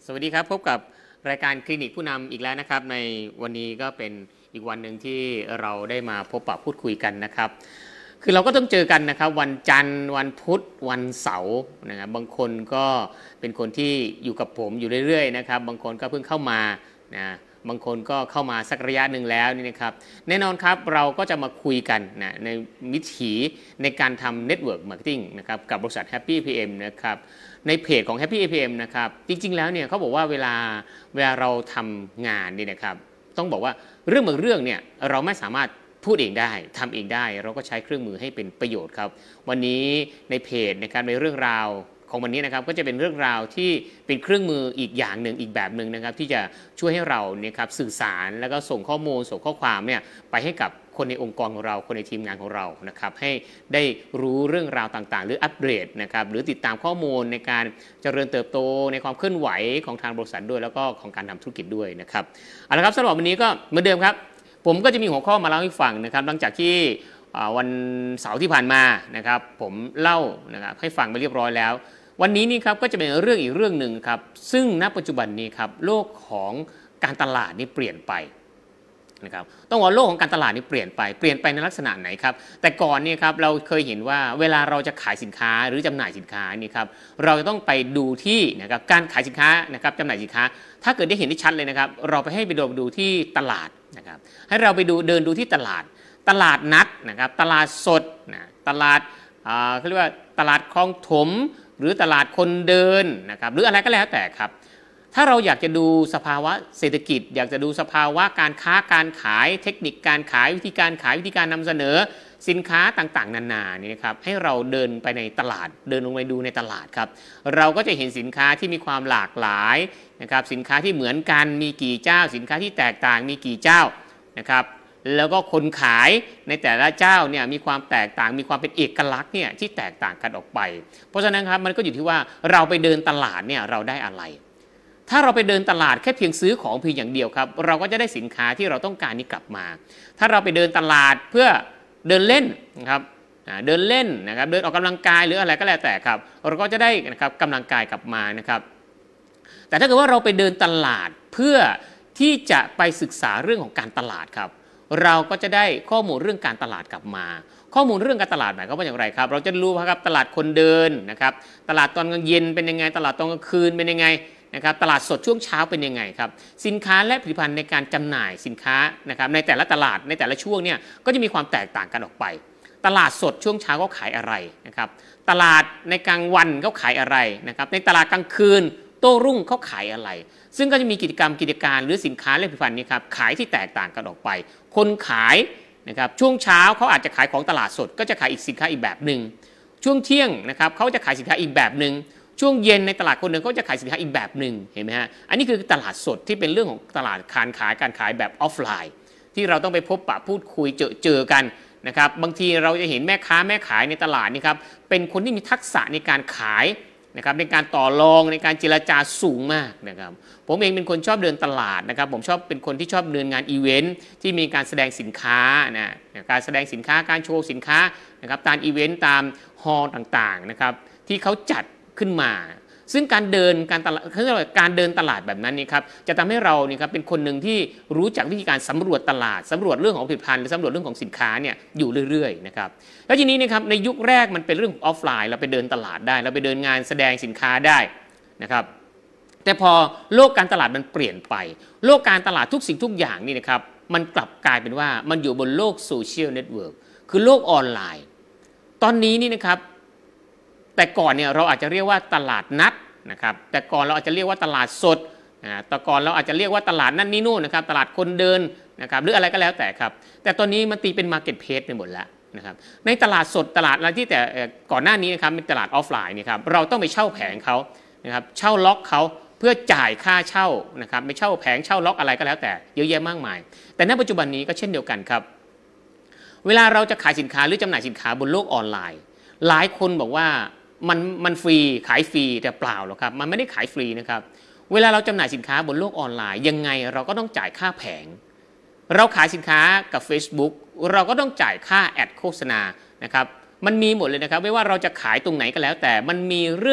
สวัสดีครับพบกับรายการคลินิกผู้นำอีกแล้วนะครับในวันนี้ก็เป็นอีกวันหนึ่งที่เราได้มาพบปะพูดคุยกันนะครับคือเราก็ต้องเจอกันนะครับวันจันทร์วันพุธวันเสาร์นะครับบางคนก็เป็นคนที่อยู่กับผมอยู่เรื่อยๆนะครับบางคนก็เพิ่งเข้ามานะบางคนก็เข้ามาสักระยะหนึ่งแล้วนี่นะครับแน่นอนครับเราก็จะมาคุยกันนะในวิถีในการทำ Network Marketing นะครับกับบริษัท Happy APM นะครับในเพจของ Happy APM นะครับจริงๆแล้วเนี่ยเขาบอกว่าเวลาเราทำงานนี่นะครับต้องบอกว่าเรื่องบางเรื่องเนี่ยเราไม่สามารถพูดเองได้ทำเองได้เราก็ใช้เครื่องมือให้เป็นประโยชน์ครับวันนี้ในเพจนะครับในเรื่องราวของวันนี้นะครับก็จะเป็นเรื่องราวที่เป็นเครื่องมืออีกอย่างหนึ่งอีกแบบหนึ่งนะครับที่จะช่วยให้เราเนี่ยครับสื่อสารแล้วก็ส่งข้อมูลส่งข้อความเนี่ยไปให้กับคนในองค์กรของเราคนในทีมงานของเรานะครับให้ได้รู้เรื่องราวต่างๆหรืออัปเดตนะครับหรือติดตามข้อมูลในการเจริญเติบโตในความเคลื่อนไหวของทางบริษัทด้วยแล้วก็ของการทำธุรกิจด้วยนะครับเอาละครับสำหรับวันนี้ก็เหมือนเดิมครับผมก็จะมีหัวข้อมาเล่าให้ฟังนะครับหลังจากที่วันเสาร์ที่ผ่านมานะครับผมเล่านะครับให้ฟังไปเรียบร้อยแล้ววันนี้นี่ครับก็จะเป็นเรื่องอีกเรื่องหนึ่งครับซึ่งณปัจจุบันนี้ครับโลกของการตลาดนี่เปลี่ยนไปนะครับต้องบอกโลกของการตลาดนี่เปลี่ยนไปในลักษณะไหนครับแต่ก่อนเนี่ยครับเราเคยเห็นว่าเวลาเราจะขายสินค้าหรือจำหน่ายสินค้านี่ครับเราจะต้องไปดูที่นะครับการขายสินค้านะครับจำหน่ายสินค้าถ้าเกิดได้เห็นได้ชัดเลยนะครับเราไปให้ไปดูที่ตลาดนะครับให้เราไปเดินดูที่ตลาดนัดนะครับตลาดสดนะตลาดเขาเรียกว่าตลาดคลองถมหรือตลาดคนเดินนะครับหรืออะไรก็แล้วแต่ครับถ้าเราอยากจะดูสภาวะเศรษฐกิจอยากจะดูสภาวะการค้าการขายเทคนิคการขายวิธีการขายวิธีการนำเสนอสินค้าต่างๆนานานี่นะครับให้เราเดินไปในตลาดเดินลงไปดูในตลาดครับเราก็จะเห็นสินค้าที่มีความหลากหลายนะครับสินค้าที่เหมือนกันมีกี่เจ้าสินค้าที่แตกต่างมีกี่เจ้านะครับแล้วก็คนขายในแต่ละเจ้าเนี่ยมีความแตกต่างมีความเป็นเอกลักษณ์เนี่ยที่แตกต่างกันออกไปเพราะฉะนั้นครับมันก็อยู่ที่ว่าเราไปเดินตลาดเนี่ยเราได้อะไรถ้าเราไปเดินตลาดแค่เพียงซื้อของเพียงอย่างเดียวครับเราก็จะได้สินค้าที่เราต้องการนี้กลับมาถ้าเราไปเดินตลาดเพื่อเดินเล่นนะครับเดินเล่นนะครับเดินออกกำลังกายหรืออะไรก็แล้วแต่ครับเราก็จะได้นะครับกำลังกายกลับมานะครับแต่ถ้าเกิดว่าเราไปเดินตลาดเพื่อที่จะไปศึกษาเรื่องของการตลาดครับเราก็จะได้ข้อมูลเรื่องการตลาดกลับมาข้อมูลเรื่องการตลาดหมายความว่าอย่างไรครับเราจะรู้ครับตลาดคนเดินนะครับตลาดตอนกลางเย็นเป็นยังไงตลาดตอนกลางคืนเป็นยังไงนะครับตลาดสดช่วงเช้าเป็นยังไงครับสินค้าและผลิตภัณฑ์ในการจำหน่ายสินค้านะครับในแต่ละตลาดในแต่ละช่วงเนี่ยก็จะมีความแตกต่างกันออกไปตลาดสดช่วงเช้าเขาขายอะไรนะครับตลาดในกลางวันเขาขายอะไรนะครับในตลาดกลางคืนโต้รุ่งเขาขายอะไรซึ่งก็จะมีกิจการหรือสินค้าและผลิตภัณฑ์นี้ครับขายที่แตกต่างกันออกไปคนขายนะครับช่วงเช้าเขาอาจจะขายของตลาดสดก็จะขายอีกสินค้าอีกแบบหนึ่งช่วงเที่ยงนะครับเขาจะขายสินค้าอีกแบบหนึ่งช่วงเย็นในตลาดคนเดินเขาจะขายสินค้าอีกแบบหนึ่งเห็นไหมฮะอันนี้คือตลาดสดที่เป็นเรื่องของตลาดการขายแบบออฟไลน์ที่เราต้องไปพบปะพูดคุยเจอกันนะครับบางทีเราจะเห็นแม่ขายในตลาดนี่ครับเป็นคนที่มีทักษะในการขายนะครับในการต่อรองในการเจรจาสูงมากนะครับผมเองเป็นคนชอบเดินตลาดนะครับผมชอบเป็นคนที่ชอบเดินงานอีเวนท์ที่มีการแสดงสินค้านะการแสดงสินค้าการโชว์สินค้านะครับตามอีเวนต์ตามฮอลล์ต่างๆนะครับที่เขาจัดขึ้นมาซึ่งการเดินตลาดแบบนั้นนี่ครับจะทำให้เรานี่ครับเป็นคนหนึ่งที่รู้จักวิธีการสำรวจตลาดสำรวจเรื่องของผลิตภัณฑ์หรือสำรวจเรื่องของสินค้าเนี่ยอยู่เรื่อยๆนะครับแล้วทีนี้นะครับในยุคแรกมันเป็นเรื่องของออฟไลน์เราไปเดินตลาดได้เราไปเดินงานแสดงสินค้าได้นะครับแต่พอโลกการตลาดมันเปลี่ยนไปโลกการตลาดทุกสิ่งทุกอย่างนี่นะครับมันกลับกลายเป็นว่ามันอยู่บนโลกโซเชียลเน็ตเวิร์กคือโลกออนไลน์ตอนนี้นี่นะครับแต่ก่อนเนี่ยเราอาจจะเรียกว่าตลาดนัดนะครับแต่ก่อนเราอาจจะเรียกว่าตลาดสดแต่ก่อนเราอาจจะเรียกว่าตลาดนั่นนี่นู่นนะครับตลาดคนเดินนะครับหรืออะไรก็แล้วแต่ครับแต่ตอนนี้มันตีเป็นมาร์เก็ตเพลสไปหมดแล้วนะครับในตลาดสดตลาดอะไรที่แต่ก่อนหน้านี้นะครับเป็นตลาดออฟไลน์นี่ครับเราต้องไปเช่าแผงเขานะครับเช่าล็อกเขาเพื่อจ่ายค่าเช่านะครับไม่เช่าแผงเช่าล็อกอะไรก็แล้วแต่เยอะแยะมากมายแต่ณปัจจุบันนี้ก็เช่นเดียวกันครับเวลาเราจะขายสินค้าหรือจำหน่ายสินค้าบนโลกออนไลน์หลายคนบอกว่ามันฟรีขายฟรีแต่เปล่าหรอกครับมันไม่ได้ขายฟรีนะครับเวลาเราจำหน่ายสินค้าบนโลกออนไลน์ยังไงเราก็ต้องจ่ายค่าแผงเราขายสินค้ากับ Facebook เราก็ต้องจ่ายค่าแอดโฆษณานะครับมันมีหมดเลยนะครับไม่ว่าเราจะขายตรงไหนก็แล้วแต่มันมีเรื่อง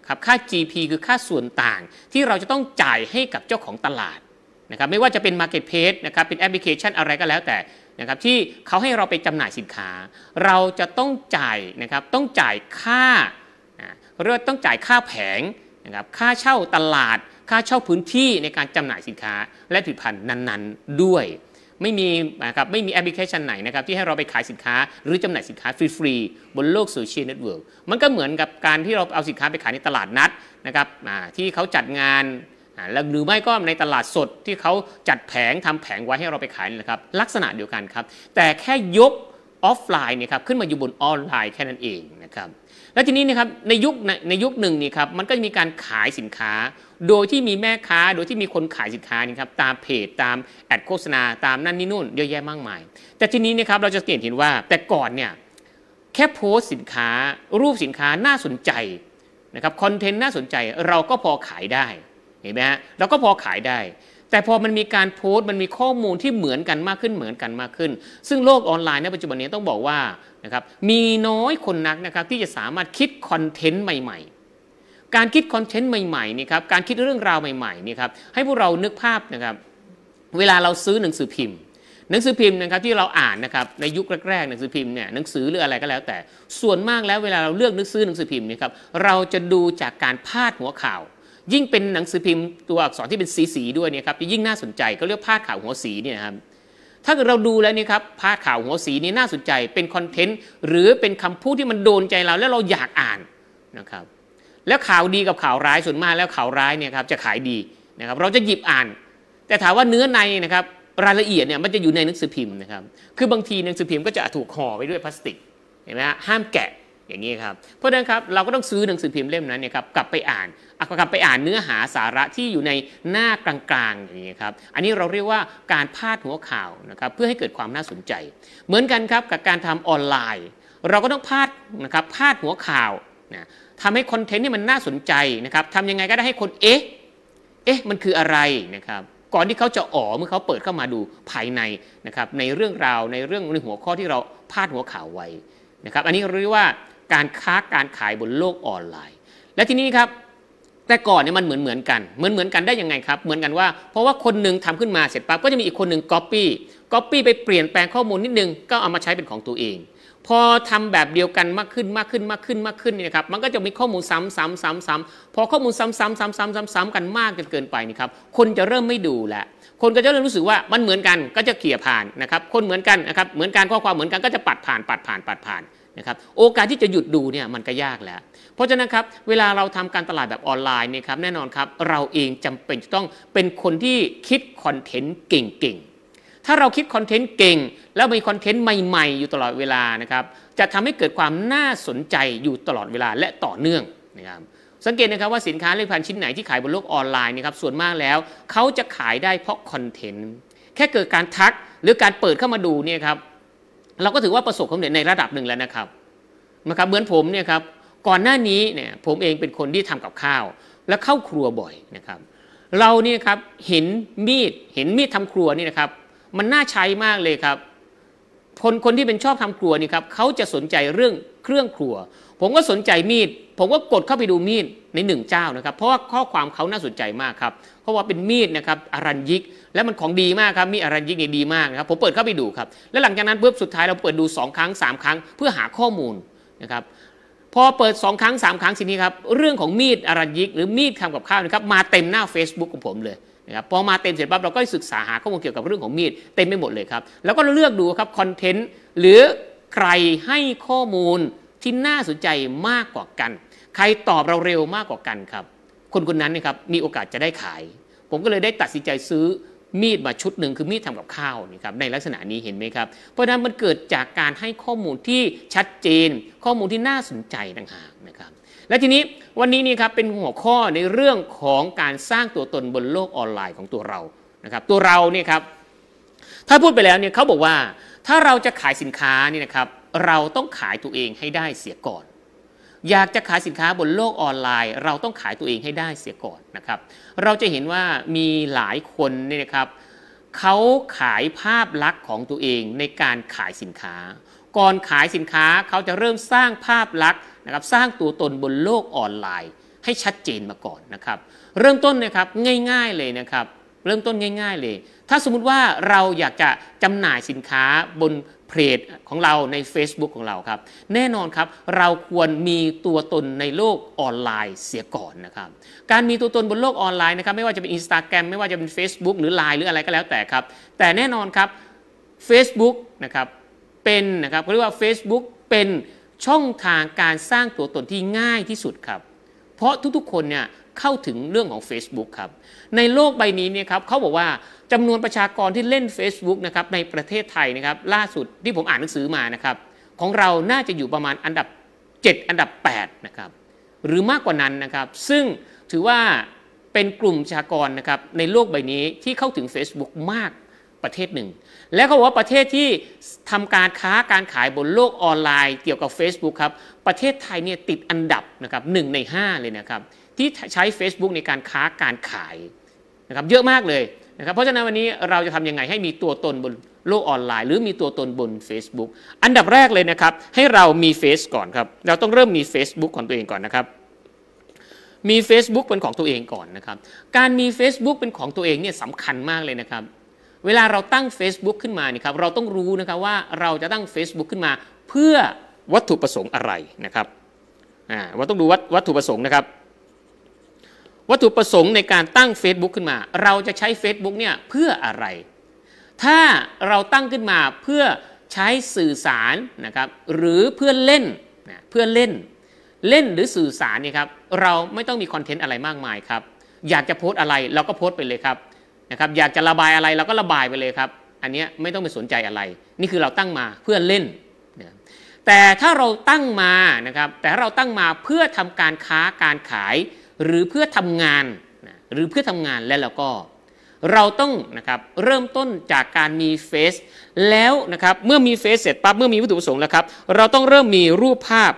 ครับค่า GP คือค่าส่วนต่างที่เราจะต้องจ่ายให้กับเจ้าของตลาดนะครับไม่ว่าจะเป็น Marketplace นะครับเป็นแอปพลิเคชันอะไรก็แล้วแต่นะครับที่เขาให้เราไปจำหน่ายสินค้าเราจะต้องจ่ายนะครับต้องจ่ายค่าเรียกว่าต้องจ่ายค่าแผงนะครับค่าเช่าตลาดค่าเช่าพื้นที่ในการจำหน่ายสินค้าและผลิตภัณฑ์นั้นๆด้วยไม่มีนะครับไม่มีแอปพลิเคชันไหนนะครับที่ให้เราไปขายสินค้าหรือจำหน่ายสินค้าฟรีๆบนโลกโซเชียลเน็ตเวิร์กมันก็เหมือนกับการที่เราเอาสินค้าไปขายในตลาดนัดนะครับที่เขาจัดงานแล้วหรือไม่ก็ในตลาดสดที่เขาจัดแผงทำแผงไว้ให้เราไปขายนะครับลักษณะเดียวกันครับแต่แค่ยกออฟไลน์เนี่ยครับขึ้นมาอยู่บนออนไลน์แค่นั้นเองนะครับแล้วทีนี้นะครับในยุคหนึ่งนี่ครับมันก็จะมีการขายสินค้าโดยที่มีแม่ค้าโดยที่มีคนขายสินค้านี่ครับตามเพจตามแอดโฆษณาตามนั่นนี่นู่นเยอะแยะมากมายแต่ทีนี้นะครับเราจะเห็นว่าแต่ก่อนเนี่ยแค่โพสสินค้ารูปสินค้าน่าสนใจนะครับคอนเทนต์น่าสนใจเราก็พอขายได้เห็นไหมฮะเราก็พอขายได้แต่พอมันมีการโพสต์มันมีข้อมูลที่เหมือนกันมากขึ้นซึ่งโลกออนไลน์ในปัจจุบันนี้ต้องบอกว่านะครับมีน้อยคนนักนะครับที่จะสามารถคิดคอนเทนต์ใหม่ๆการคิดคอนเทนต์ใหม่ๆนี่ครับการคิดเรื่องราวใหม่ๆนี่ครับให้พวกเรานึกภาพนะครับเวลาเราซื้อหนังสือพิมพ์นะครับที่เราอ่านนะครับในยุคแรกๆหนังสือพิมพ์เนี่ยหนังสือหรืออะไรก็แล้วแต่ส่วนมากแล้วเวลาเราเลือกซื้อหนังสือพิมพ์นี่ครับเราจะดูจากการพาดหัวข่าวยิ่งเป็นหนังสือพิมพ์ตัวอักษรที่เป็นสีด้วยเนี่ยครับจะยิ่งน่าสนใจก็เรียกพาดข่าวหัวสีเนี่ยครับถ้าเกิดเราดูแล้วนี่ครับพาดข่าวหัวสีนี่น่าสนใจเป็นคอนเทนต์หรือเป็นคำพูดที่มันโดนใจเราแล้วเราอยากอ่านนะครับแล้วข่าวดีกับข่าวร้ายส่วนมากแล้วข่าวร้ายเนี่ยครับจะขายดีนะครับเราจะหยิบอ่านแต่ถามว่าเนื้อในนะครับรายละเอียดเนี่ยมันจะอยู่ในหนังสือพิมพ์นะครับคือบางทีหนังสือพิมพ์ก็จะถูกห่อไว้ด้วยพลาสติกเห็นไหมฮะห้ามแกะอย่างนี้ครับเพราะฉะนั้นครับเราก็ต้องซื้อหนังสือพิมพ์เล่มนั้นเนี่ยครับกลับไปอ่านเนื้อหาสาระที่อยู่ในหน้ากลางๆอย่างนี้ครับอันนี้เราเรียกว่าการพาดหัวข่าวนะครับเพื่อให้เกิดความน่าสนใจเหมือนกันครับกับการทำออนไลน์เราก็ต้องพาดหัวข่าวนะทำให้คอนเทนต์นี่มันน่าสนใจนะครับทำยังไงก็ได้ให้คนเอ๊ะมันคืออะไรนะครับก่อนที่เขาจะเมื่อเขาเปิดเข้ามาดูภายในนะครับในเรื่องราวในหัวข้อที่เราพาดหัวข่าวไว้นะครับอันนี้เรียกว่าการขายบนโลกออนไลน์และทีนี้ครับแต่ก่อนเนี่ยมันเหมือนกันได้ยังไงครับเหมือนกันว่าเพราะว่าคนนึงทำขึ้นมาเสร็จปั๊บก็จะมีอีกคนนึงก๊อปปี้ไปเปลี่ยนแปลงข้อมูลนิดนึงก็เอามาใช้เป็นของตัวเองพอทำแบบเดียวกันมากขึ้นนี่นะครับมันก็จะมีข้อมูลซ้ำพอข้อมูลซ้ำกันมากจนเกินไปนี่ครับคนจะเริ่มไม่ดูแล้วคนก็จะเริ่มรู้สึกว่ามันเหมือนกันก็จะเขี่ยผ่านนะครับคนเหมือนกันนะครับเหมือนกันข้อความเหมือนกันก็จะปัดผ่านนะครับโอกาสที่จะหยุดดูเนี่ยมันก็ยากแล้วเพราะฉะนั้นครับเวลาเราทำการตลาดแบบออนไลน์เนี่ยครับแน่นอนครับเราเองจำเป็นจะต้องเป็นคนที่คิดคอนเทนต์เก่งถ้าเราคิดคอนเทนต์เก่งแล้วมีคอนเทนต์ใหม่ๆอยู่ตลอดเวลานะครับจะทำให้เกิดความน่าสนใจอยู่ตลอดเวลาและต่อเนื่องนะครับสังเกตนะครับว่าสินค้าหรือผลิตภัณฑ์ชิ้นไหนที่ขายบนโลกออนไลน์นะครับส่วนมากแล้วเขาจะขายได้เพราะคอนเทนต์แค่เกิดการทักหรือการเปิดเข้ามาดูเนี่ยครับเราก็ถือว่าประสบความสำเร็จในระดับหนึ่งแล้วนะครับเหมือนผมเนี่ยครับก่อนหน้านี้เนี่ยผมเองเป็นคนที่ทำกับข้าวและเข้าครัวบ่อยนะครับเราเนี่ยครับเห็นมีดทำครัวนี่นะครับมันน่าใช้มากเลยครับคนที่เป็นชอบทำครัวนี่ครับเขาจะสนใจเรื่องเครื่องครัวผมก็สนใจมีดผมก็กดเข้าไปดูมีดในหนึ่งเจ้านะครับเพราะว่าข้อความเขาน่าสนใจมากครับเพราะว่าเป็นมีดนะครับอารัญญิกและมันของดีมากครับมีดอารัญญิกเนี่ยดีมากนะครับผมเปิดเข้าไปดูครับและหลังจากนั้นปุ๊บสุดท้ายเราเปิดดู2 ครั้ง 3 ครั้งเพื่อหาข้อมูลนะครับพอเปิด2 ครั้ง 3 ครั้งทีนี้ครับเรื่องของมีดอารัญญิกหรือมีดทำกับข้าวนะครับมาเต็มหน้า Facebook ของผมเลยนะครับพอมาเต็มเสร็จปั๊บเราก็ศึกษาหาข้อมูลเกี่ยวกับเรื่องของมีดเต็มไปหมดเลยครับแล้วก็เลือกดูครับคอนเทนต์หรือใครให้ข้อมูลที่น่าสนใจมากกว่ากันใครตอบเราเร็วมากกว่ากันครับคนนั้นนะครับมีโอกาสจะได้ขายผมก็เลยได้ตัดสินใจซื้อมีดมาชุดหนึ่งคือมีดทำกับข้าวนี่ครับในลักษณะนี้เห็นไหมครับเพราะฉะนั้นมันเกิดจากการให้ข้อมูลที่ชัดเจนข้อมูลที่น่าสนใจต่างหากนะครับและทีนี้วันนี้นี่ครับเป็นหัวข้อในเรื่องของการสร้างตัวตนบนโลกออนไลน์ของตัวเรานะครับตัวเราเนี่ยครับถ้าพูดไปแล้วเนี่ยเขาบอกว่าถ้าเราจะขายสินค้านี่นะครับเราต้องขายตัวเองให้ได้เสียก่อนอยากจะขายสินค้าบนโลกออนไลน์เราต้องขายตัวเองให้ได้เสียก่อนนะครับเราจะเห็นว่ามีหลายคนเนี่ยนะครับเขาขายภาพลักษณ์ของตัวเองในการขายสินค้าก่อนขายสินค้าเขาจะเริ่มสร้างภาพลักษณ์นะครับสร้างตัวตนบนโลกออนไลน์ให้ชัดเจนมาก่อนนะครับเริ่มต้นนะครับง่ายๆเลยนะครับเริ่มต้นง่ายๆเลยถ้าสมมุติว่าเราอยากจะจำหน่ายสินค้าบนเพจของเราใน Facebook ของเราครับแน่นอนครับเราควรมีตัวตนในโลกออนไลน์เสียก่อนนะครับการมีตัวตนบนโลกออนไลน์นะครับไม่ว่าจะเป็น Instagram ไม่ว่าจะเป็น Facebook หรือ LINE หรืออะไรก็แล้วแต่ครับแต่แน่นอนครับ Facebook นะครับเป็นนะครับเขาเรียกว่า Facebook เป็นช่องทางการสร้างตัวตนที่ง่ายที่สุดครับเพราะทุกๆคนเนี่ยเข้าถึงเรื่องของ Facebook ครับในโลกใบนี้เนี่ยครับเขาบอกว่าจำนวนประชากรที่เล่น Facebook นะครับในประเทศไทยนะครับล่าสุดที่ผมอ่านหนังสือมานะครับของเราน่าจะอยู่ประมาณอันดับ7อันดับ8นะครับหรือมากกว่านั้นนะครับซึ่งถือว่าเป็นกลุ่มประชากรนะครับในโลกใบนี้ที่เข้าถึง Facebook มากประเทศหนึ่งและเขาบอกว่าประเทศที่ทำการค้าการขายบนโลกออนไลน์เกี่ยวกับ Facebook ครับประเทศไทยเนี่ยติดอันดับนะครับ1 ใน 5เลยนะครับที่ใช้ Facebook ในการค้าการขายนะครับเยอะมากเลยนะครับเพราะฉะนั้นวันนี้เราจะทำยังไงให้มีตัวตนบนโลกออนไลน์หรือมีตัวตนบน Facebook อันดับแรกเลยนะครับให้เรามีเฟซก่อนครับเราต้องเริ่มมี Facebook ของตัวเองก่อนนะครับมี Facebook เป็นของตัวเองก่อนนะครับการมี Facebook เป็นของตัวเองเนี่ยสำคัญมากเลยนะครับเวลาเราตั้ง Facebook ขึ้นมาเนี่ยครับเราต้องรู้นะครับว่าเราจะตั้ง Facebook ขึ้นมาเพื่อวัตถุประสงค์อะไรนะครับเราต้องดูวัตถุประสงค์นะครับวัตถุประสงค์ในการตั้ง Facebook ขึ้นมาเราจะใช้ Facebook เนี่ยเพื่ออะไรถ้าเราตั้งขึ้นมาเพื่อใช้สื่อสารนะครับหรือเพื่อเล่นหรือสื่อสารเนี่ยครับเราไม่ต้องมีคอนเทนต์อะไรมากมายครับอยากจะโพสอะไรเราก็โพสไปเลยครับนะครับอยากจะระบายอะไรเราก็ระบายไปเลยครับอันนี้ไม่ต้องไปสนใจอะไรนี่คือเราตั้งมาเพื่อเล่นนะแต่ถ้าเราตั้งมานะครับแต่ถ้าเราตั้งมาเพื่อทำการค้าการขายหรือเพื่อทำงานนะหรือเพื่อทำงานแล้วก็เราต้องนะครับเริ่มต้นจากการมีเฟซแล้วนะครับเมื่อมีเฟซเสร็จปั๊บเมื่อมีวัตถุประสงค์แล้วครับเราต้องเริ่มมีรูปภาพ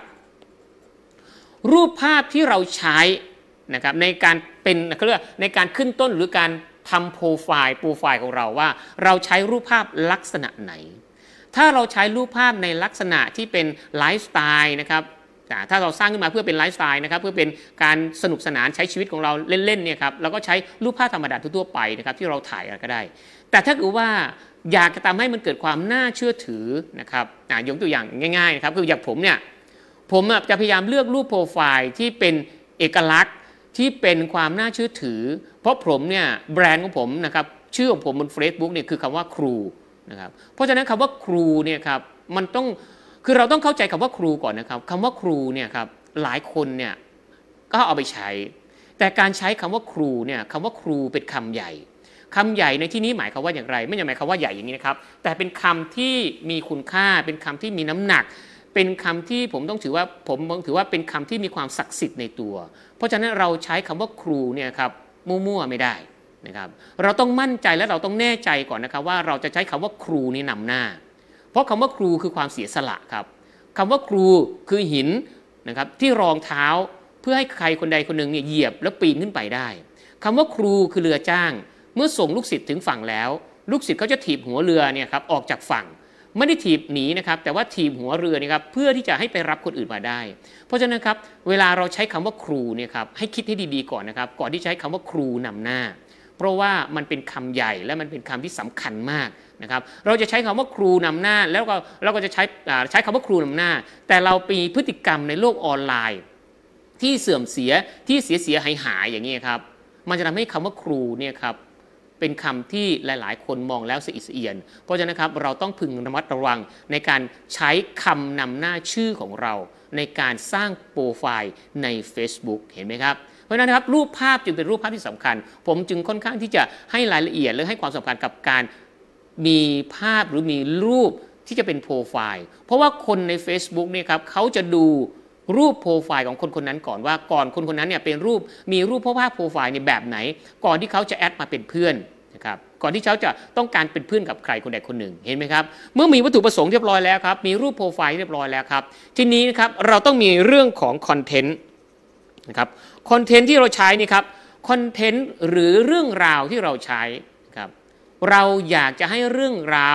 ที่เราใช้นะครับในการเป็นเขาเรียกในการขึ้นต้นหรือการทำโปรไฟล์ของเราว่าเราใช้รูปภาพลักษณะไหนถ้าเราใช้รูปภาพในลักษณะที่เป็นไลฟ์สไตล์นะครับถ้าเราสร้างขึ้นมาเพื่อเป็นไลฟ์สไตล์นะครับเพื่อเป็นการสนุกสนานใช้ชีวิตของเราเล่นๆเนี่ยครับเราก็ใช้รูปภาพธรรมดาทั่วไปนะครับที่เราถ่ายอะไรก็ได้แต่ถ้าเกิดว่าอยากจะทำให้มันเกิดความน่าเชื่อถือนะครับยกตัวอย่างง่ายๆนะครับคืออย่างผมเนี่ยผมจะพยายามเลือกรูปโปรไฟล์ที่เป็นเอกลักษณ์ที่เป็นความน่าเชื่อถือเพราะผมเนี่ยแบรนด์ของผมนะครับชื่อของผมบน Facebook เนี่ยคือคำว่าครูนะครับเพราะฉะนั้นคำว่าครูเนี่ยครับมันต้องคือเราต้องเข้าใจคำว่าครูก่อนนะครับคำว่าครูเนี่ยครับหลายคนเนี่ยก็เอาไปใช้แต่การใช้คำว่าครูเนี่ยคำว่าครูเป็นคำใหญ่ในที่นี้หมายความว่าอย่างไรไม่ใช่หมายความว่าใหญ่อย่างนี้นะครับแต่เป็นคำที่มีคุณค่าเป็นคำที่มีน้ำหนักเป็นคำที่ผมถือว่าเป็นคำที่มีความศักดิ์สิทธิ์ในตัวเพราะฉะนั้นเราใช้คำว่าครูเนี่ยครับมั่วๆไม่ได้นะครับเราต้องมั่นใจและเราต้องแน่ใจก่อนนะครับว่าเราจะใช้คำว่าครูนี่นำหน้าเพราะคำว่าครูคือความเสียสละครับคำว่าครูคือหินนะครับที่รองเท้าเพื่อให้ใครคนใดคนหนึ่งเนี่ยเหยียบแล้วปีนขึ้นไปได้คำว่าครูคือเรือจ้างเมื่อส่งลูกศิษย์ถึงฝั่งแล้วลูกศิษย์เขาจะถีบหัวเรือเนี่ยครับออกจากฝั่งไม่ได้ถีบหนีนะครับแต่ว่าถีบหัวเรือนี่ครับเพื่อที่จะให้ไปรับคนอื่นมาได้เพราะฉะนั้นครับเวลาเราใช้คำว่าครูเนี่ยครับให้คิดให้ดีๆก่อนนะครับก่อนที่ใช้คำว่าครูนำหน้าเพราะว่ามันเป็นคำใหญ่และมันเป็นคำที่สำคัญมากนะครับเราจะใช้คำว่าครูนำหน้าแล้วเราก็จะใช้คำว่าครูนำหน้าแต่เรามีพฤติกรรมในโลกออนไลน์ที่เสื่อมเสียที่เสียหายอย่างนี้ครับมันจะทำให้คำว่าครูเนี่ยครับเป็นคำที่หลายๆคนมองแล้วสะอิดสะเอียนเพราะฉะนั้นครับเราต้องพึงระมัดระวังในการใช้คำนำหน้าชื่อของเราในการสร้างโปรไฟล์ใน Facebook เห็นไหมครับเพราะฉะนั้นครับรูปภาพจึงเป็นรูปภาพที่สำคัญผมจึงค่อนข้างที่จะให้รายละเอียดและให้ความสำคัญกับการมีภาพหรือมีรูปที่จะเป็นโปรไฟล์เพราะว่าคนใน Facebook เนี่ยครับเขาจะดูรูปโปรไฟล์ของคนคนนั้นก่อนว่าก่อนคนคนนั้นเนี่ยเป็นมีรูปภาพโปรไฟล์ในแบบไหนก่อนที่เขาจะแอดมาเป็นเพื่อนนะครับก่อนที่เขาจะต้องการเป็นเพื่อนกับใครคนใดคนหนึ่งเห็นไหมครับเมื่อมีวัตถุประสงค์เรียบร้อยแล้วครับมีรูปโปรไฟล์เรียบร้อยแล้วครับทีนี้นะครับเราต้องมีเรื่องของคอนเทนต์นะครับคอนเทนต์ที่เราใช้นี่ครับคอนเทนต์หรือเรื่องราวที่เราใช้ครับเราอยากจะให้เรื่องราว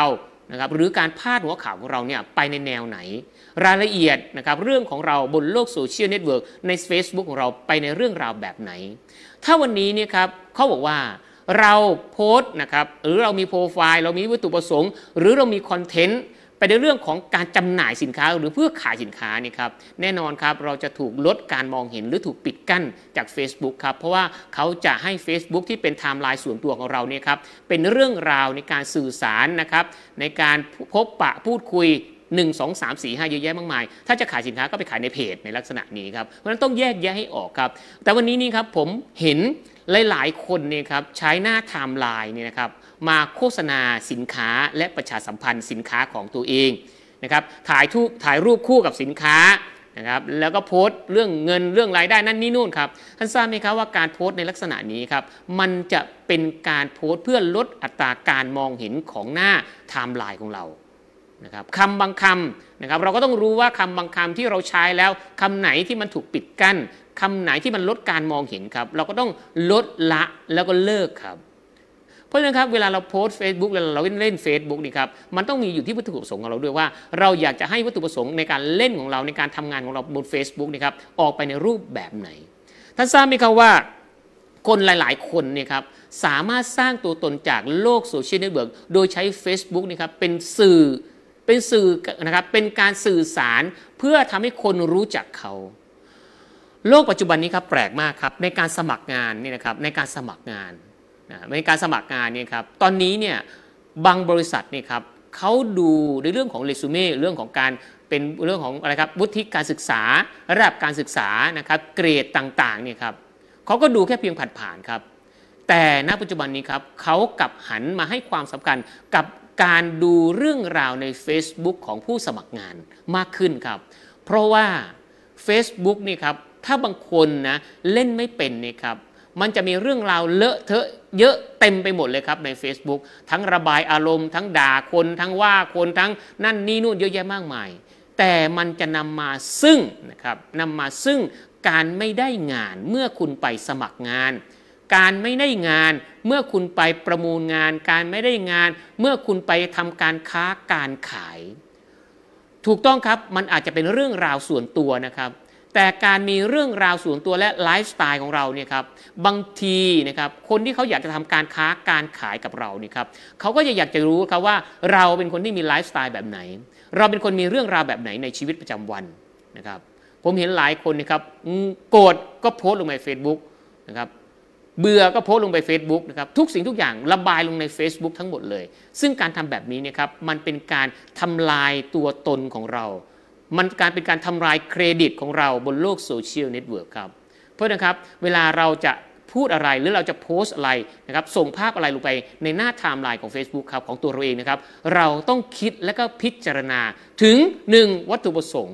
นะครับหรือการพาดหัวข่าวของเราเนี่ยไปในแนวไหนรายละเอียดนะครับเรื่องของเราบนโลกโซเชียลเน็ตเวิร์กใน Facebook ของเราไปในเรื่องราวแบบไหนถ้าวันนี้เนี่ยครับเขาบอกว่าเราโพสต์นะครับหรือเรามีโปรไฟล์เรามีวัตถุประสงค์หรือเรามีคอนเทนต์ไปในเรื่องของการจำหน่ายสินค้าหรือเพื่อขายสินค้านี่ครับแน่นอนครับเราจะถูกลดการมองเห็นหรือถูกปิดกั้นจาก Facebook ครับเพราะว่าเขาจะให้ Facebook ที่เป็นไทม์ไลน์ส่วนตัวของเราเนี่ยครับเป็นเรื่องราวในการสื่อสารนะครับในการพบปะพูดคุย1 2 3 4 5เยอะแยะมากมายถ้าจะขายสินค้าก็ไปขายในเพจในลักษณะนี้ครับเพราะฉะนั้นต้องแยกแยะให้ออกครับแต่วันนี้นี่ครับผมเห็นหลายๆคนเนี่ยครับใช้หน้าไทม์ไลน์เนี่ยนะครับมาโฆษณาสินค้าและประชาสัมพันธ์สินค้าของตัวเองนะครับถ่ายรูปคู่กับสินค้านะครับแล้วก็โพสต์เรื่องเงินเรื่องรายได้นั่นนี่นู่นครับท่านทราบไหมครับว่าการโพสต์ในลักษณะนี้ครับมันจะเป็นการโพสต์เพื่อลดอัตราการมองเห็นของหน้าไทม์ไลน์ของเรานะครับคำบางคำนะครับเราก็ต้องรู้ว่าคำบางคำที่เราใช้แล้วคำไหนที่มันถูกปิดกั้นคำไหนที่มันลดการมองเห็นครับเราก็ต้องลดละแล้วก็เลิกครับเพราะฉะนั้นครับเวลาเราโพสต์ Facebook แล้วเราเล่น Facebook นี่ครับมันต้องมีอยู่ที่วัตถุประสงค์ของเราด้วยว่าเราอยากจะให้วัตถุประสงค์ในการเล่นของเราในการทำงานของเราบน Facebook นี่ครับออกไปในรูปแบบไหนท่านทราบไหมครับว่าคนหลายๆคนเนี่ยครับสามารถสร้างตัวตนจากโลกโซเชียลเน็ตเวิร์กโดยใช้ Facebook นี่ครับเป็นสื่อนะครับเป็นการสื่อสารเพื่อทำให้คนรู้จักเขาโลกปัจจุบันนี้ครับแปลกมากครับในการสมัครงานนี่นะครับในการสมัครงานเนี่ยครับตอนนี้เนี่ยบางบริษัทเนี่ยครับเขาดูในเรื่องของเรซูเม่เรื่องของการเป็นเรื่องของอะไรครับวุฒิการศึกษาระดับการศึกษานะครับเกรดต่างๆเนี่ยครับเขาก็ดูแค่เพียงผ่านๆครับแต่ณปัจจุบันนี้ครับเขากลับหันมาให้ความสำคัญกับการดูเรื่องราวใน Facebook ของผู้สมัครงานมากขึ้นครับเพราะว่า Facebook นี่ครับถ้าบางคนนะเล่นไม่เป็นนี่ครับมันจะมีเรื่องราวเลอะเทอะเยอะเต็มไปหมดเลยครับใน Facebook ทั้งระบายอารมณ์ทั้งด่าคนทั้งว่าคนทั้งนั่นนี่นู่นเยอะแยะมากมายแต่มันจะนำมาซึ่งนะครับนำมาซึ่งการไม่ได้งานเมื่อคุณไปสมัครงานการไม่ได้งานเมื่อคุณไปประมูลงานการไม่ได้งานเมื่อคุณไปทำการค้าการขายถูกต้องครับมันอาจจะเป็นเรื่องราวส่วนตัวนะครับแต่การมีเรื่องราวส่วนตัวและไลฟ์สไตล์ของเราเนี่ยครับบางทีนะครับคนที่เขาอยากจะทำการค้าการขายกับเราเนี่ยครับเขาก็จะอยากจะรู้ครับว่าเราเป็นคนที่มีไลฟ์สไตล์แบบไหนเราเป็นคนมีเรื่องราวแบบไหนในชีวิตประจำวันนะครับผมเห็นหลายคนนะครับโกรธก็โพสต์ลงใน Facebook นะครับเบื่อก็โพสต์ลงไป Facebook นะครับทุกสิ่งทุกอย่างระบายลงใน Facebook ทั้งหมดเลยซึ่งการทำแบบนี้เนี่ยครับมันเป็นการทำลายตัวตนของเรามันการเป็นการทำลายเครดิตของเราบนโลกโซเชียลเน็ตเวิร์กครับเพราะนะครับเวลาเราจะพูดอะไรหรือเราจะโพสต์อะไรนะครับส่งภาพอะไรลงไปในหน้าไทม์ไลน์ของ Facebook ครับของตัวเราเองนะครับเราต้องคิดและก็พิจารณาถึง 1. วัตถุประสงค์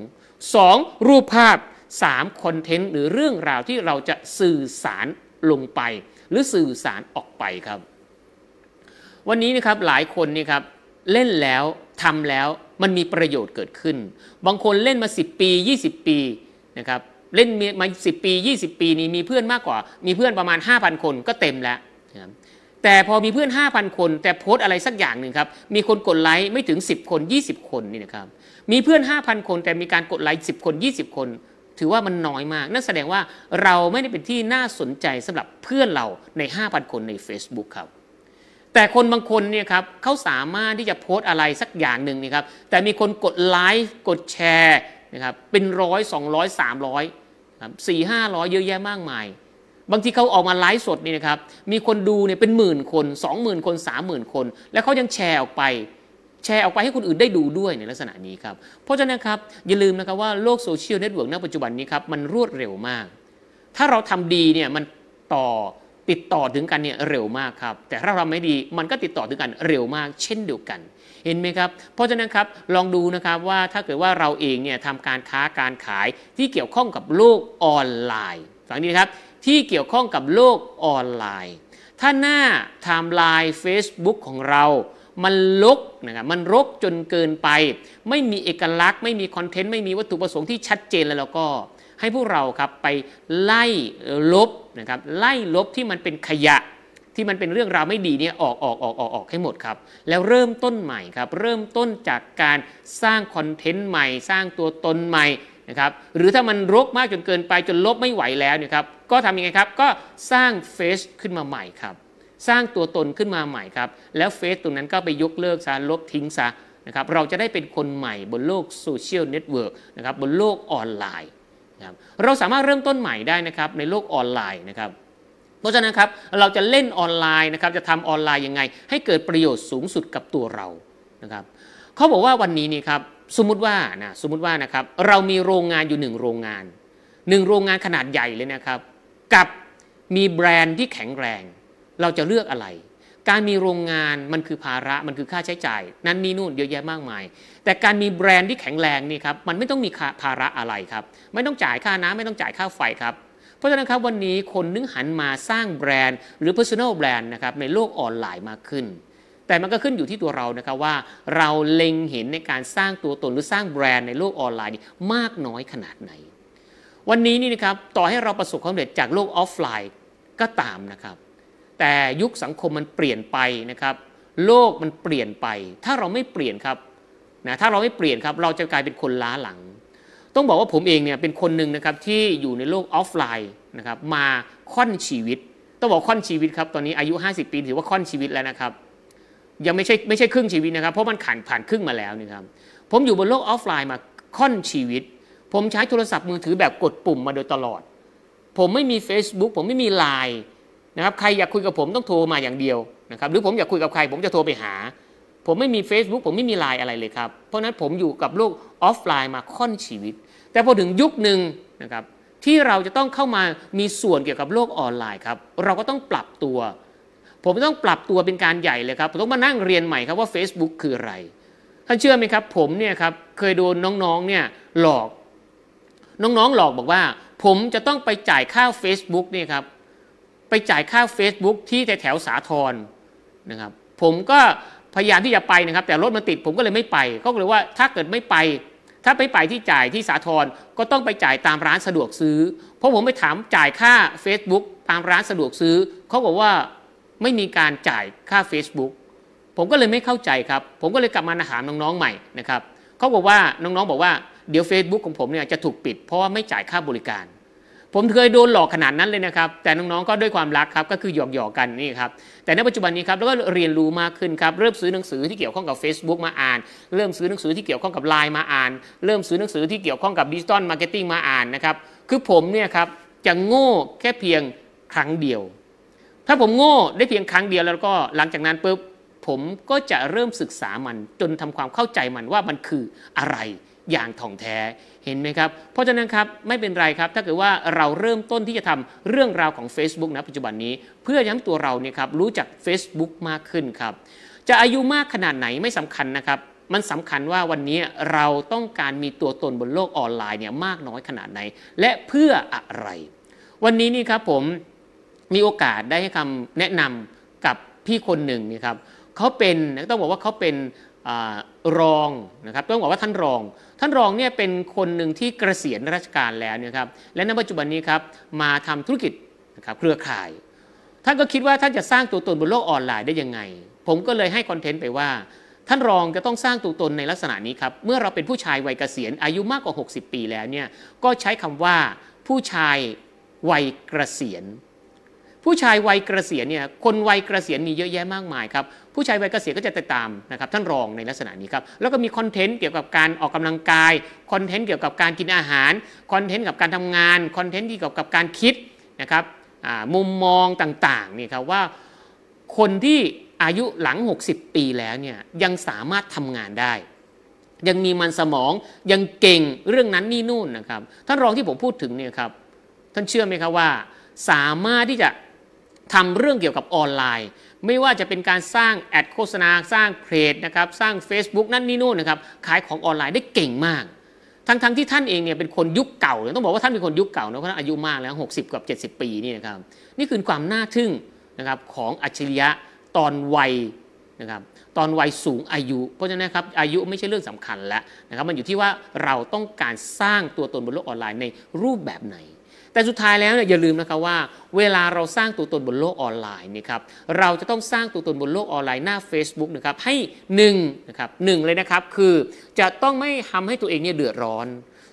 2. รูปภาพ 3. คอนเทนต์หรือเรื่องราวที่เราจะสื่อสารลงไปหรือสื่อสารออกไปครับวันนี้นะครับหลายคนนี่ครับเล่นแล้วทำแล้วมันมีประโยชน์เกิดขึ้นบางคนเล่นมา10ปี20ปีนะครับเล่นมา10ปี20ปีนี้มีเพื่อนมากกว่ามีเพื่อนประมาณ 5,000 คนก็เต็มแล้วนะครับแต่พอมีเพื่อน 5,000 คนแต่โพสต์อะไรสักอย่างหนึ่งครับมีคนกดไลค์ไม่ถึง10คน20คนนี่นะครับมีเพื่อน 5,000 คนแต่มีการกดไลค์10คน20คนถือว่ามันน้อยมากนั่นแสดงว่าเราไม่ได้เป็นที่น่าสนใจสำหรับเพื่อนเราใน 5,000 คนใน Facebook ครับแต่คนบางคนเนี่ยครับเขาสามารถที่จะโพสต์อะไรสักอย่างหนึ่งนี่ครับแต่มีคนกดไลค์กดแชร์นะครับเป็น100 200 300ครับ400-500เยอะแยะมากมายบางทีเขาออกมาไลฟ์สดนี่นะครับมีคนดูเนี่ยเป็น10,000 คน 20,000 คน 30,000 คนแล้วเขายังแชร์ออกไปให้คนอื่นได้ดูด้วยในลักษณะนี้ครับเพราะฉะนั้นครับอย่าลืมนะครับว่าโลกโซเชียลเน็ตเวิร์กณปัจจุบันนี้ครับมันรวดเร็วมากถ้าเราทำดีเนี่ยมันติดต่อถึงกันเนี่ยเร็วมากครับแต่ถ้าเราไม่ดีมันก็ติดต่อถึงกันเร็วมากเช่นเดียวกันเห็นไหมครับเพราะฉะนั้นครับลองดูนะครับว่าถ้าเกิดว่าเราเองเนี่ยทำการค้าการขายที่เกี่ยวข้องกับโลกออนไลน์ฟังดีนะครับที่เกี่ยวข้องกับโลกออนไลน์ถ้าหน้าไทม์ไลน์ Facebook ของเรามันรกนะครับมันรกจนเกินไปไม่มีเอกลักษณ์ไม่มีคอนเทนต์ไม่มีวัตถุประสงค์ที่ชัดเจนแล้วก็ให้พวกเราครับไปไล่ลบนะครับไล่ลบที่มันเป็นขยะที่มันเป็นเรื่องราวไม่ดีเนี่ยออกให้หมดครับแล้วเริ่มต้นใหม่ครับเริ่มต้นจากการสร้างคอนเทนต์ใหม่สร้างตัวตนใหม่นะครับหรือถ้ามันรกมากจนเกินไปจนลบไม่ไหวแล้วเนี่ยครับก็ทำยังไงครับก็สร้างเฟซขึ้นมาใหม่ครับสร้างตัวตนขึ้นมาใหม่ครับแล้วเฟซตรงนั้นก็ไปยกเลิกซะลบทิ้งซะนะครับเราจะได้เป็นคนใหม่บนโลกโซเชียลเน็ตเวิร์กนะครับบนโลกออนไลน์นะครับเราสามารถเริ่มต้นใหม่ได้นะครับในโลกออนไลน์นะครับเพราะฉะนั้นครับเราจะเล่นออนไลน์นะครับจะทำออนไลน์ยังไงให้เกิดประโยชน์สูงสุดกับตัวเรานะครับเขาบอกว่าวันนี้นี่ครับสมมุติว่านะครับเรามีโรงงานอยู่1โรงงานขนาดใหญ่เลยนะครับกับมีแบรนด์ที่แข็งแรงเราจะเลือกอะไรการมีโรงงานมันคือภาระมันคือค่าใช้จ่ายนั่นนี่นู่นเยอะแยะมากมายแต่การมีแบรนด์ที่แข็งแรงนี่ครับมันไม่ต้องมีภาระอะไรครับไม่ต้องจ่ายค่าน้ำไม่ต้องจ่ายค่าไฟครับเพราะฉะนั้นครับวันนี้คนนึกหันมาสร้างแบรนด์หรือ personal brand นะครับในโลกออนไลน์มากขึ้นแต่มันก็ขึ้นอยู่ที่ตัวเรานะครับว่าเราเล็งเห็นในการสร้างตัวตนหรือสร้างแบรนด์ในโลกออนไลน์มากน้อยขนาดไหนวันนี้นี่นะครับต่อให้เราประสบความสำเร็จจากโลกออฟไลน์ก็ตามนะครับแต่ยุคสังคมมันเปลี่ยนไปนะครับโลกมันเปลี่ยนไปถ้าเราไม่เปลี่ยนครับถ้าเราไม่เปลี่ยนครับเราจะกลายเป็นคนล้าหลังต้องบอกว่าผมเองเนี่ยเป็นคนหนึ่งนะครับที่อยู่ในโลกออฟไลน์นะครับมาค่อนชีวิตต้องบอกค่อนชีวิตครับตอนนี้อายุ50ปีถือว่าค่อนชีวิตแล้วนะครับยังไม่ใช่ครึ่งชีวิตนะครับเพราะมันผ่านครึ่งมาแล้วนี่ครับผมอยู่บนโลกออฟไลน์มาค่อนชีวิตผมใช้โทรศัพท์มือถือแบบกดปุ่มมาโดยตลอดผมไม่มี Facebook ผมไม่มี LINE นะครับใครอยากคุยกับผมต้องโทรมาอย่างเดียวนะครับหรือผมอยากคุยกับใครผมจะโทรไปหาผมไม่มี Facebook ผมไม่มี LINE อะไรเลยครับเพราะนั้นผมอยู่กับโลกออฟไลน์มาค่อนชีวิตแต่พอถึงยุคหนึ่งนะครับที่เราจะต้องเข้ามามีส่วนเกี่ยวกับโลกออนไลน์ครับเราก็ต้องปรับตัวผมต้องปรับตัวเป็นการใหญ่เลยครับผมต้องมานั่งเรียนใหม่ครับว่า Facebook คืออะไรท่านเชื่อไหมครับผมเนี่ยครับเคยโดนน้องๆเนี่ยหลอกน้องๆหลอกบอกว่าผมจะต้องไปจ่ายค่า Facebook เนี่ยครับไปจ่ายค่า Facebook ที่แถวสาทรนะครับผมก็พยายามที่จะไปนะครับแต่รถมันติดผมก็เลยไม่ไปเขาเลยว่าถ้าเกิดไม่ไปถ้าไปที่จ่ายที่สาทรก็ต้องไปจ่ายตามร้านสะดวกซื้อเพราะผมไปถามจ่ายค่า Facebook ตามร้านสะดวกซื้อเขาบอกว่าไม่มีการจ่ายค่า Facebook ผมก็เลยไม่เข้าใจครับผมก็เลยกลับมาถามน้องๆใหม่นะครับเขาบอกว่าน้องๆบอกว่าเดี๋ยว Facebook ของผมเนี่ยจะถูกปิดเพราะว่าไม่จ่ายค่าบริการผมเคยโดนหลอกขนาดนั้นเลยนะครับแต่น้องๆก็ด้วยความรักครับก็คือหยอกๆกันนี่ครับแต่ในปัจจุบันนี้ครับเราก็เรียนรู้มากขึ้นครับเริ่มซื้อหนังสือที่เกี่ยวข้องกับ Facebook มาอ่านเริ่มซื้อหนังสือที่เกี่ยวข้องกับ LINE มาอ่านเริ่มซื้อหนังสือที่เกี่ยวข้องกับ Digital Marketing มาอ่านนะครับคือผมเนี่ยครับจะโง่แค่เพียงครั้งเดียวถ้าผมโง่ได้เพียงครั้งเดียวแล้วก็หลังจากนั้นปุ๊บผมก็จะเริ่มศึกษามันจนทำความเข้าใจมันว่ามันคืออะไรอย่างถ่องแท้เห็นไหมครับเพราะฉะนั้นครับไม่เป็นไรครับถ้าเกิดว่าเราเริ่มต้นที่จะทำเรื่องราวของ Facebook นะปัจจุบันนี้เพื่อย้ำตัวเราเนี่ยครับรู้จัก Facebook มากขึ้นครับจะอายุมากขนาดไหนไม่สำคัญนะครับมันสำคัญว่าวันนี้เราต้องการมีตัวตนบนโลกออนไลน์เนี่ยมากน้อยขนาดไหนและเพื่ออะไรวันนี้นี่ครับผมมีโอกาสได้ให้คำแนะนำกับพี่คนหนึ่งนี่ครับเขาเป็นต้องบอกว่าเขาเป็นรองนะครับต้องบอกว่าท่านรองเนี่ยเป็นคนหนึ่งที่เกษียณราชการแล้วนะครับและในปัจจุบันนี้ครับมาทำธุรกิจนะครับเครือข่ายท่านก็คิดว่าท่านจะสร้างตัวตนบนโลกออนไลน์ได้ยังไงผมก็เลยให้คอนเทนต์ไปว่าท่านรองจะต้องสร้างตัวตนในลักษณะนี้ครับเมื่อเราเป็นผู้ชายวัยเกษียณอายุมากกว่า60ปีแล้วเนี่ยก็ใช้คำว่าผู้ชายวัยเกษียณผู้ชายวัยเกษียณเนี่ยคนวัยเกษียณมีเยอะแยะมากมายครับผู้ชายวัยเกษียณก็จะติดตามนะครับท่านรองในลักษณะนี้ครับแล้วก็มีคอนเทนต์เกี่ยวกับการออกกำลังกายคอนเทนต์เกี่ยวกับการกินอาหารคอนเทนต์กับการทำงานคอนเทนต์เกี่ยวกับการคิดนะครับมุมมองต่างๆนี่ครับว่าคนที่อายุหลัง60ปีแล้วเนี่ยยังสามารถทำงานได้ยังมีมันสมองยังเก่งเรื่องนั้นนี่นู่นนะครับท่านรองที่ผมพูดถึงเนี่ยครับท่านเชื่อไหมครับว่าสามารถที่จะทำเรื่องเกี่ยวกับออนไลน์ไม่ว่าจะเป็นการสร้างแอดโฆษณาสร้างเพจนะครับสร้าง Facebook นั่นนี่นู่นนะครับขายของออนไลน์ได้เก่งมากทั้งที่ท่านเองเนี่ยเป็นคนยุคเก่าต้องบอกว่าท่านเป็นคนยุคเก่านะเพราะท่านอายุมากแล้ว60กับ70ปีนี่นะครับนี่คือความน่าทึ่งนะครับของอัจฉริยะตอนวัยนะครับตอนวัยสูงอายุเพราะฉะนั้นนะครับอายุไม่ใช่เรื่องสำคัญแล้วนะครับมันอยู่ที่ว่าเราต้องการสร้างตัวตนบนโลกออนไลน์ในรูปแบบไหนแต่สุดท้ายแล้วเนี่ยอย่าลืมนะครับว่าเวลาเราสร้างตัวตนบนโลกออนไลน์นี่ครับเราจะต้องสร้างตัวตนบนโลกออนไลน์หน้า Facebook นะครับให้นะครับหนึ่งเลยนะครับคือจะต้องไม่ทำให้ตัวเองเนี่ยเดือดร้อน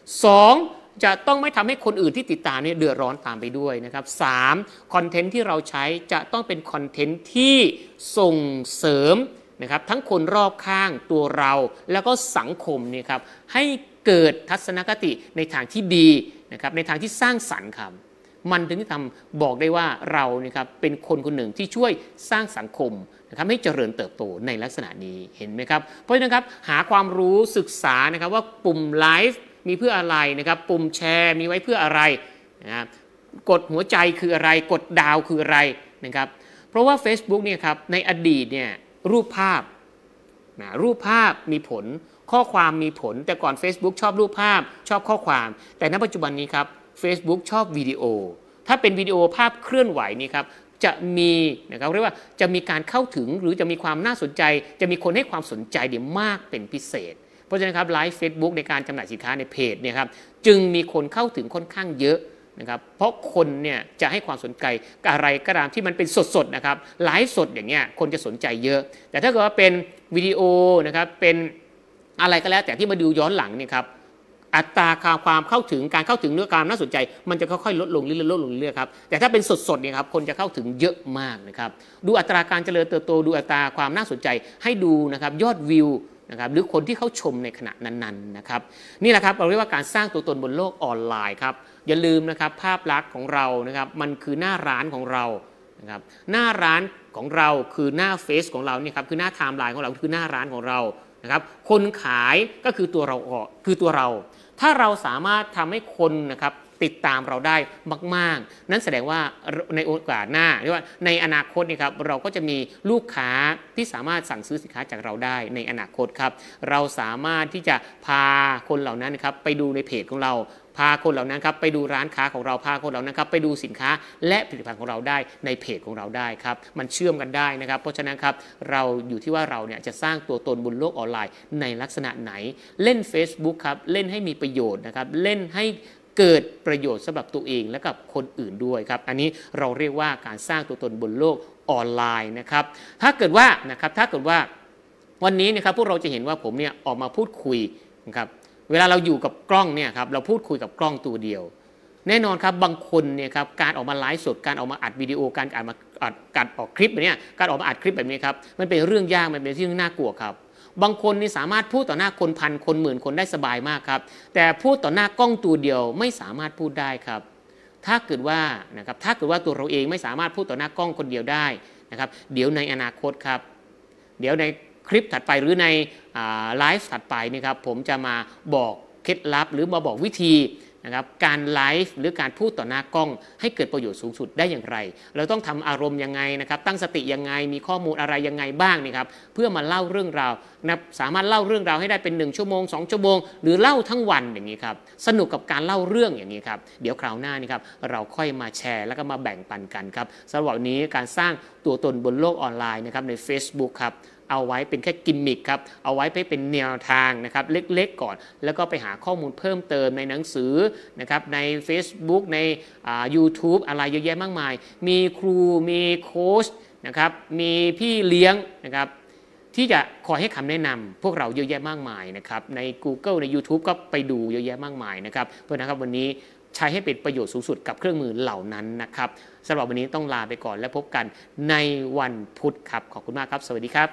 2จะต้องไม่ทำให้คนอื่นที่ติดตามเนี่ยเดือดร้อนตามไปด้วยนะครับ3คอนเทนต์ที่เราใช้จะต้องเป็นคอนเทนต์ที่ส่งเสริมนะครับทั้งคนรอบข้างตัวเราแล้วก็สังคมเนี่ยครับให้เกิดทัศนคติในทางที่ดีนะครับในทางที่สร้างสรรค์ครับมันถึงจะทำบอกได้ว่าเราเนี่ยครับเป็นคนคนหนึ่งที่ช่วยสร้างสังคมนะครับให้เจริญเติบโตในลักษณะนี้เห็นไหมครับเพราะฉะนั้นครับหาความรู้ศึกษานะครับว่าปุ่มไลฟ์มีเพื่ออะไรนะครับปุ่มแชร์มีไว้เพื่ออะไรนะครับกดหัวใจคืออะไรกดดาวคืออะไรนะครับเพราะว่า Facebook เนี่ยครับในอดีตเนี่ยรูปภาพมีผลข้อความมีผลแต่ก่อน Facebook ชอบรูปภาพชอบข้อความแต่ณปัจจุบันนี้ครับ Facebook ชอบวิดีโอถ้าเป็นวิดีโอภาพเคลื่อนไหวนี่ครับจะมีนะครับเรียกว่าจะมีการเข้าถึงหรือจะมีความน่าสนใจจะมีคนให้ความสนใจมากเป็นพิเศษเพราะฉะนั้นครับไลฟ์ Facebook ในการจำหน่ายสินค้าในเพจเนี่ยครับจึงมีคนเข้าถึงค่อนข้างเยอะนะครับเพราะคนเนี่ยจะให้ความสนใจกับอะไรก็ตามที่มันเป็นสดๆนะครับไลฟ์สดอย่างเงี้ยคนจะสนใจเยอะแต่ถ้าเกิดว่าเป็นวิดีโอนะครับเป็นอะไรก็แล้วแต่ที่มาดูย้อนหลังเนี่ยครับอัตราความเข้าถึงการเข้าถึงเนื้อความน่าสนใจมันจะค่อยๆลดลงเรื่อยๆครับแต่ถ้าเป็นสดๆเนี่ยครับคนจะเข้าถึงเยอะมากนะครับดูอัตราการเจริญเติบโตดูอัตราความน่าสนใจให้ดูนะครับยอดวิวนะครับหรือคนที่เขาชมในขณะนั้นๆนะครับนี่แหละครับเราเรียกว่าการสร้างตัวตนบนโลกออนไลน์ครับอย่าลืมนะครับภาพลักษณ์ของเรานะครับมันคือหน้าร้านของเรานะครับหน้าร้านของเราคือหน้าเฟซของเราเนี่ยครับคือหน้าไทม์ไลน์ของเราคือหน้าร้านของเรานะครับคนขายก็คือตัวเราถ้าเราสามารถทำให้คนนะครับติดตามเราได้มากๆนั้นแสดงว่าในโอกาสหน้าเรียกว่าในอนาคตนี่ครับเราก็จะมีลูกค้าที่สามารถสั่งซื้อสินค้าจากเราได้ในอนาคตครับเราสามารถที่จะพาคนเหล่านั้นนะครับไปดูในเพจของเราพาคนเหล่านั้นครับไปดูร้านค้าของเราพาคนเหล่านั้นครับไปดูสินค้าและผลิตภัณฑ์ของเราได้ในเพจของเราได้ครับมันเชื่อมกันได้นะครับเพราะฉะนั้นครับเราอยู่ที่ว่าเราเนี่ยจะสร้างตัวตนบนโลกออนไลน์ในลักษณะไหนเล่น Facebook ครับเล่นให้มีประโยชน์นะครับเล่นให้เกิดประโยชน์สำหรับตัวเองและกับคนอื่นด้วยครับอันนี้เราเรียกว่าการสร้างตัวตนบนโลกออนไลน์นะครับถ้าเกิดว่าวันนี้นะครับพวกเราจะเห็นว่าผมเนี่ยออกมาพูดคุยนะครับเวลาเราอยู่กับกล้องเนี่ยครับเราพูดคุยกับกล้องตัวเดียวแน่นอนครับบางคนเนี่ยครับการออกมาไลฟ์สดการออกมาอัดวิดีโอการออกคลิปแบบนี้การออกมาอัดคลิปแบบนี้ครับมันเป็นเรื่องยากมันเป็นเรื่องน่ากลัวครับบางคนนี่สามารถพูดต่อหน้าคนพันคนหมื่นคนได้สบายมากครับแต่พูดต่อหน้ากล้องตัวเดียวไม่สามารถพูดได้ครับถ้าเกิดว่าตัวเราเองไม่สามารถพูดต่อหน้ากล้องคนเดียวได้นะครับเดี๋ยวในอนาคตครับเดี๋ยวในคลิปถัดไปหรือในไลฟ์ถัดไปนี่ครับผมจะมาบอกเคล็ดลับหรือมาบอกวิธีนะครับการไลฟ์หรือการพูดต่อหน้ากล้องให้เกิดประโยชน์สูงสุดได้อย่างไรเราต้องทำอารมณ์ยังไงนะครับตั้งสติยังไงมีข้อมูลอะไรยังไงบ้างนี่ครับเพื่อมาเล่าเรื่องราวนะสามารถเล่าเรื่องราวให้ได้เป็น1 ชั่วโมง2 ชั่วโมงหรือเล่าทั้งวันอย่างนี้ครับสนุกกับการเล่าเรื่องอย่างนี้ครับเดี๋ยวคราวหน้านี่ครับเราค่อยมาแชร์แล้วก็มาแบ่งปันกันครับสำหรับวันนี้การสร้างตัวตนบนโลกออนไลน์นะครับใน Facebook ครับเอาไว้เป็นแค่กิมมิคครับเอาไว้เป็นแนวทางนะครับเล็กๆก่อนแล้วก็ไปหาข้อมูลเพิ่มเติมในหนังสือนะครับใน Facebook ในYouTube อะไรเยอะแยะมากมายมีครูมีโค้ชนะครับมีพี่เลี้ยงนะครับที่จะคอยให้คำแนะนำพวกเราเยอะแยะมากมายนะครับใน Google ใน YouTube ก็ไปดูเยอะแยะมากมายนะครับเพราะนะครับวันนี้ใช้ให้เป็นประโยชน์สูงสุดกับเครื่องมือเหล่านั้นนะครับสำหรับวันนี้ต้องลาไปก่อนและพบกันในวันพุธครับขอบคุณมากครับสวัสดีครับ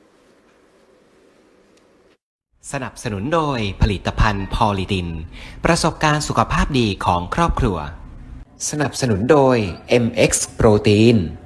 สนับสนุนโดยผลิตภัณฑ์พอลิดินประสบการณ์สุขภาพดีของครอบครัวสนับสนุนโดย MX โปรตีน